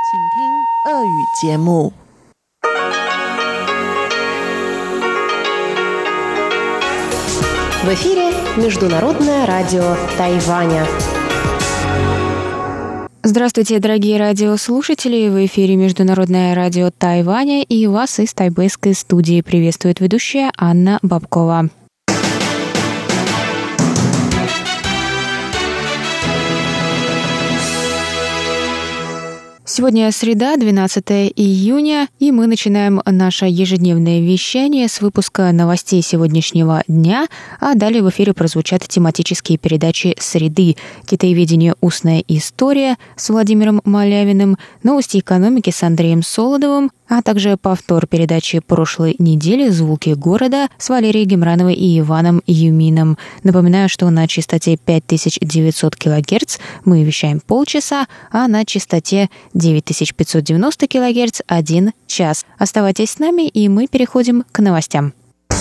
В эфире Международное радио Тайваня. Здравствуйте, дорогие радиослушатели! В эфире Международное радио Тайваня, и вас из тайбэйской студии приветствует ведущая Анна Бабкова. Сегодня среда, 12 июня, и мы начинаем наше ежедневное вещание с выпуска новостей сегодняшнего дня, а далее в эфире прозвучат тематические передачи «Среды», «Китаеведение. Устная история» с Владимиром Малявиным, «Новости экономики» с Андреем Солодовым, а также повтор передачи прошлой недели «Звуки города» с Валерией Гемрановой и Иваном Юмином. Напоминаю, что на частоте 5900 кГц мы вещаем полчаса, а на частоте 9590 кГц – 1 час. Оставайтесь с нами, и мы переходим к новостям.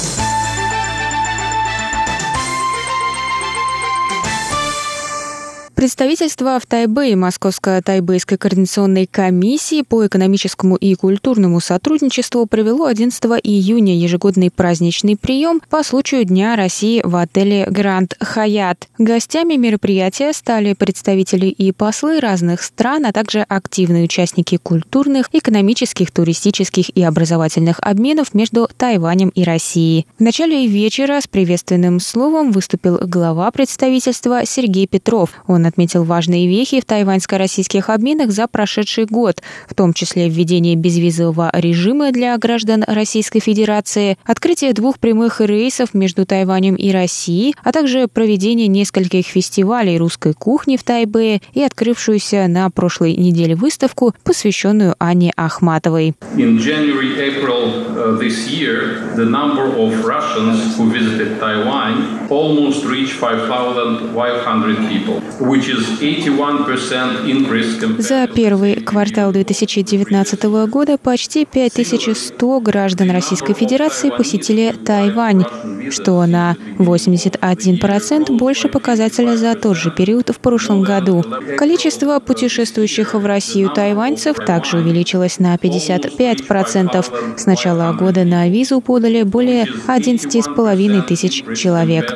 Представительство в Тайбэе Московско-Тайбэйской координационной комиссии по экономическому и культурному сотрудничеству провело 11 июня ежегодный праздничный прием по случаю Дня России в отеле «Гранд Хаятт». Гостями мероприятия стали представители и послы разных стран, а также активные участники культурных, экономических, туристических и образовательных обменов между Тайванем и Россией. В начале вечера с приветственным словом выступил глава представительства Сергей Петров. Он отметил важные вехи в тайваньско-российских обменах за прошедший год, в том числе введение безвизового режима для граждан Российской Федерации, открытие 2 прямых рейсов между Тайванем и Россией, а также проведение нескольких фестивалей русской кухни в Тайбэе и открывшуюся на прошлой неделе выставку, посвященную Анне Ахматовой. In January-April this year, the number of Russians who visited Taiwan almost reached 5,500 people, which is 81% increase. За первый квартал 2019 года почти 5100 граждан Российской Федерации посетили Тайвань, что на 81% больше показателя за тот же период в прошлом году. Количество путешествующих в Россию тайваньцев также увеличилось на 55%. С начала года на визу подали более 11,5 тысяч человек.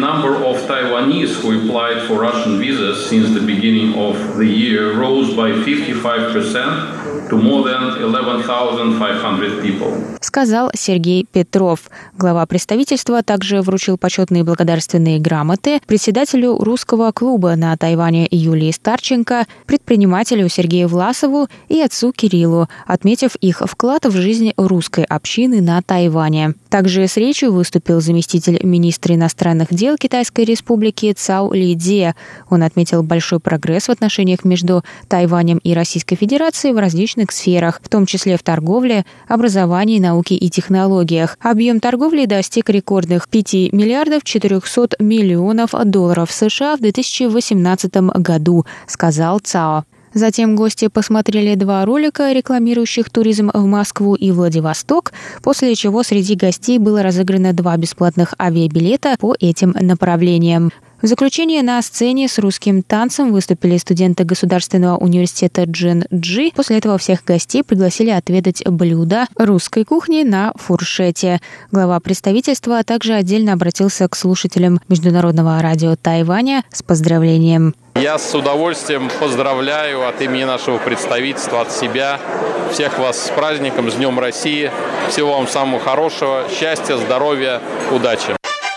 Since the beginning of the year rose by 55% to more than 11,500 people. Сказал Сергей Петров. Глава представительства также вручил почетные благодарственные грамоты председателю русского клуба на Тайване Юлии Старченко, предпринимателю Сергею Власову и отцу Кириллу, отметив их вклад в жизнь русской общины на Тайване. Также с речью выступил заместитель министра иностранных дел Китайской Республики Цао Лидзе. Он отметил большой прогресс в отношениях между Тайванем и Российской Федерацией в различных сферах, в том числе в торговле, образовании, науке и технологиях. Объем торговли достиг рекордных 5 миллиардов 400 миллионов долларов США в 2018 году, сказал Цао. Затем гости посмотрели 2 ролика, рекламирующих туризм в Москву и Владивосток, после чего среди гостей было разыграно 2 бесплатных авиабилета по этим направлениям. В заключение на сцене с русским танцем выступили студенты Государственного университета Джин-Джи. После этого всех гостей пригласили отведать блюда русской кухни на фуршете. Глава представительства также отдельно обратился к слушателям Международного радио Тайваня с поздравлением. Я с удовольствием поздравляю от имени нашего представительства, от себя, всех вас с праздником, с Днем России. Всего вам самого хорошего, счастья, здоровья, удачи.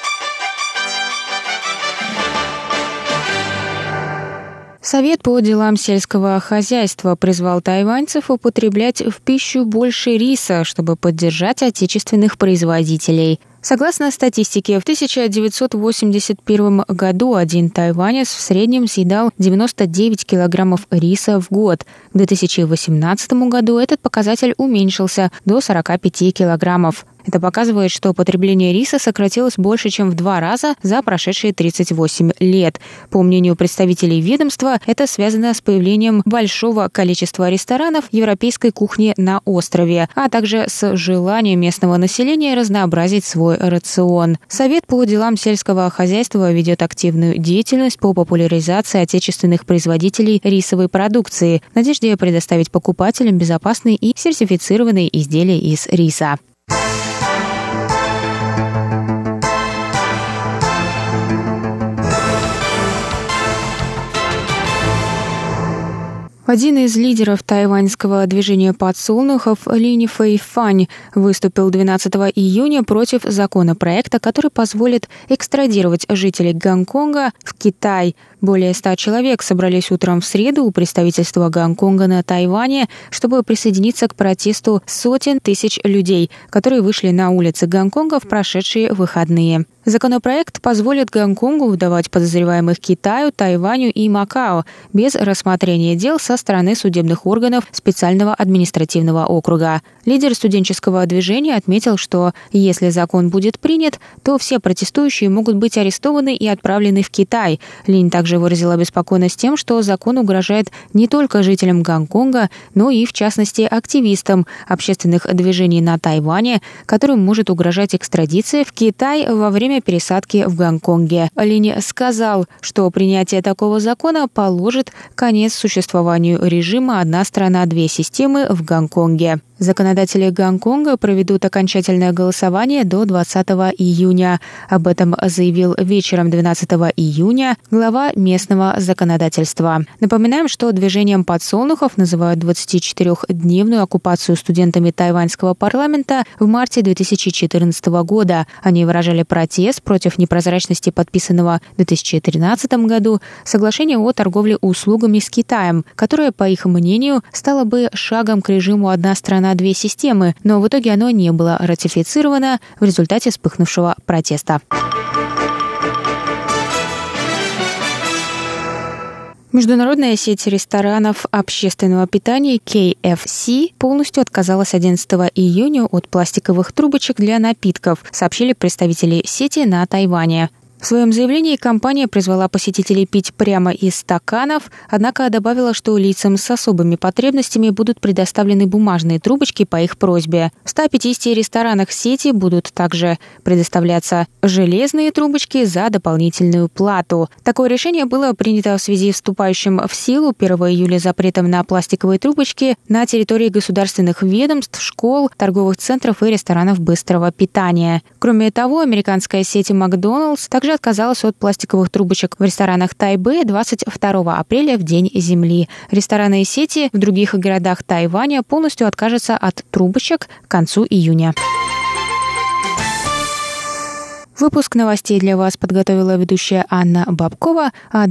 Совет по делам сельского хозяйства призвал тайваньцев употреблять в пищу больше риса, чтобы поддержать отечественных производителей. Согласно статистике, в 1981 году один тайванец в среднем съедал 99 килограммов риса в год. К 2018 году этот показатель уменьшился до 45 килограммов. Это показывает, что потребление риса сократилось больше, чем в 2 раза за прошедшие 38 лет. По мнению представителей ведомства, это связано с появлением большого количества ресторанов европейской кухни на острове, а также с желанием местного населения разнообразить свой рацион. Совет по делам сельского хозяйства ведет активную деятельность по популяризации отечественных производителей рисовой продукции в надежде предоставить покупателям безопасные и сертифицированные изделия из риса. Один из лидеров тайваньского движения подсолнухов Линь Фэйфань выступил 12 июня против законопроекта, который позволит экстрадировать жителей Гонконга в Китай. Более 100 человек собрались утром в среду у представительства Гонконга на Тайване, чтобы присоединиться к протесту сотен тысяч людей, которые вышли на улицы Гонконга в прошедшие выходные. Законопроект позволит Гонконгу выдавать подозреваемых Китаю, Тайваню и Макао без рассмотрения дел со стороны судебных органов специального административного округа. Лидер студенческого движения отметил, что если закон будет принят, то все протестующие могут быть арестованы и отправлены в Китай. Линь также выразила обеспокоенность тем, что закон угрожает не только жителям Гонконга, но и, в частности, активистам общественных движений на Тайване, которым может угрожать экстрадиция в Китай во время пересадки в Гонконге. Линь сказал, что принятие такого закона положит конец существованию режима «одна страна, две системы» в Гонконге. Законодатели Гонконга проведут окончательное голосование до 20 июня. Об этом заявил вечером 12 июня глава местного законодательства. Напоминаем, что движением подсолнухов называют 24-дневную оккупацию студентами тайваньского парламента в марте 2014 года. Они выражали протест против непрозрачности подписанного в 2013 году соглашения о торговле услугами с Китаем, которое, по их мнению, стало бы шагом к режиму «одна страна, две системы», но в итоге оно не было ратифицировано в результате вспыхнувшего протеста. Международная сеть ресторанов общественного питания KFC полностью отказалась 11 июня от пластиковых трубочек для напитков, сообщили представители сети на Тайване. В своем заявлении компания призвала посетителей пить прямо из стаканов, однако добавила, что лицам с особыми потребностями будут предоставлены бумажные трубочки по их просьбе. В 150 ресторанах сети будут также предоставляться железные трубочки за дополнительную плату. Такое решение было принято в связи с вступающим в силу 1 июля запретом на пластиковые трубочки на территории государственных ведомств, школ, торговых центров и ресторанов быстрого питания. Кроме того, американская сеть Макдоналдс также отказалась от пластиковых трубочек в ресторанах Тайбэя 22 апреля в День Земли. Рестораны и сети в других городах Тайваня полностью откажутся от трубочек к концу июня. Выпуск новостей для вас подготовила ведущая Анна Бабкова, а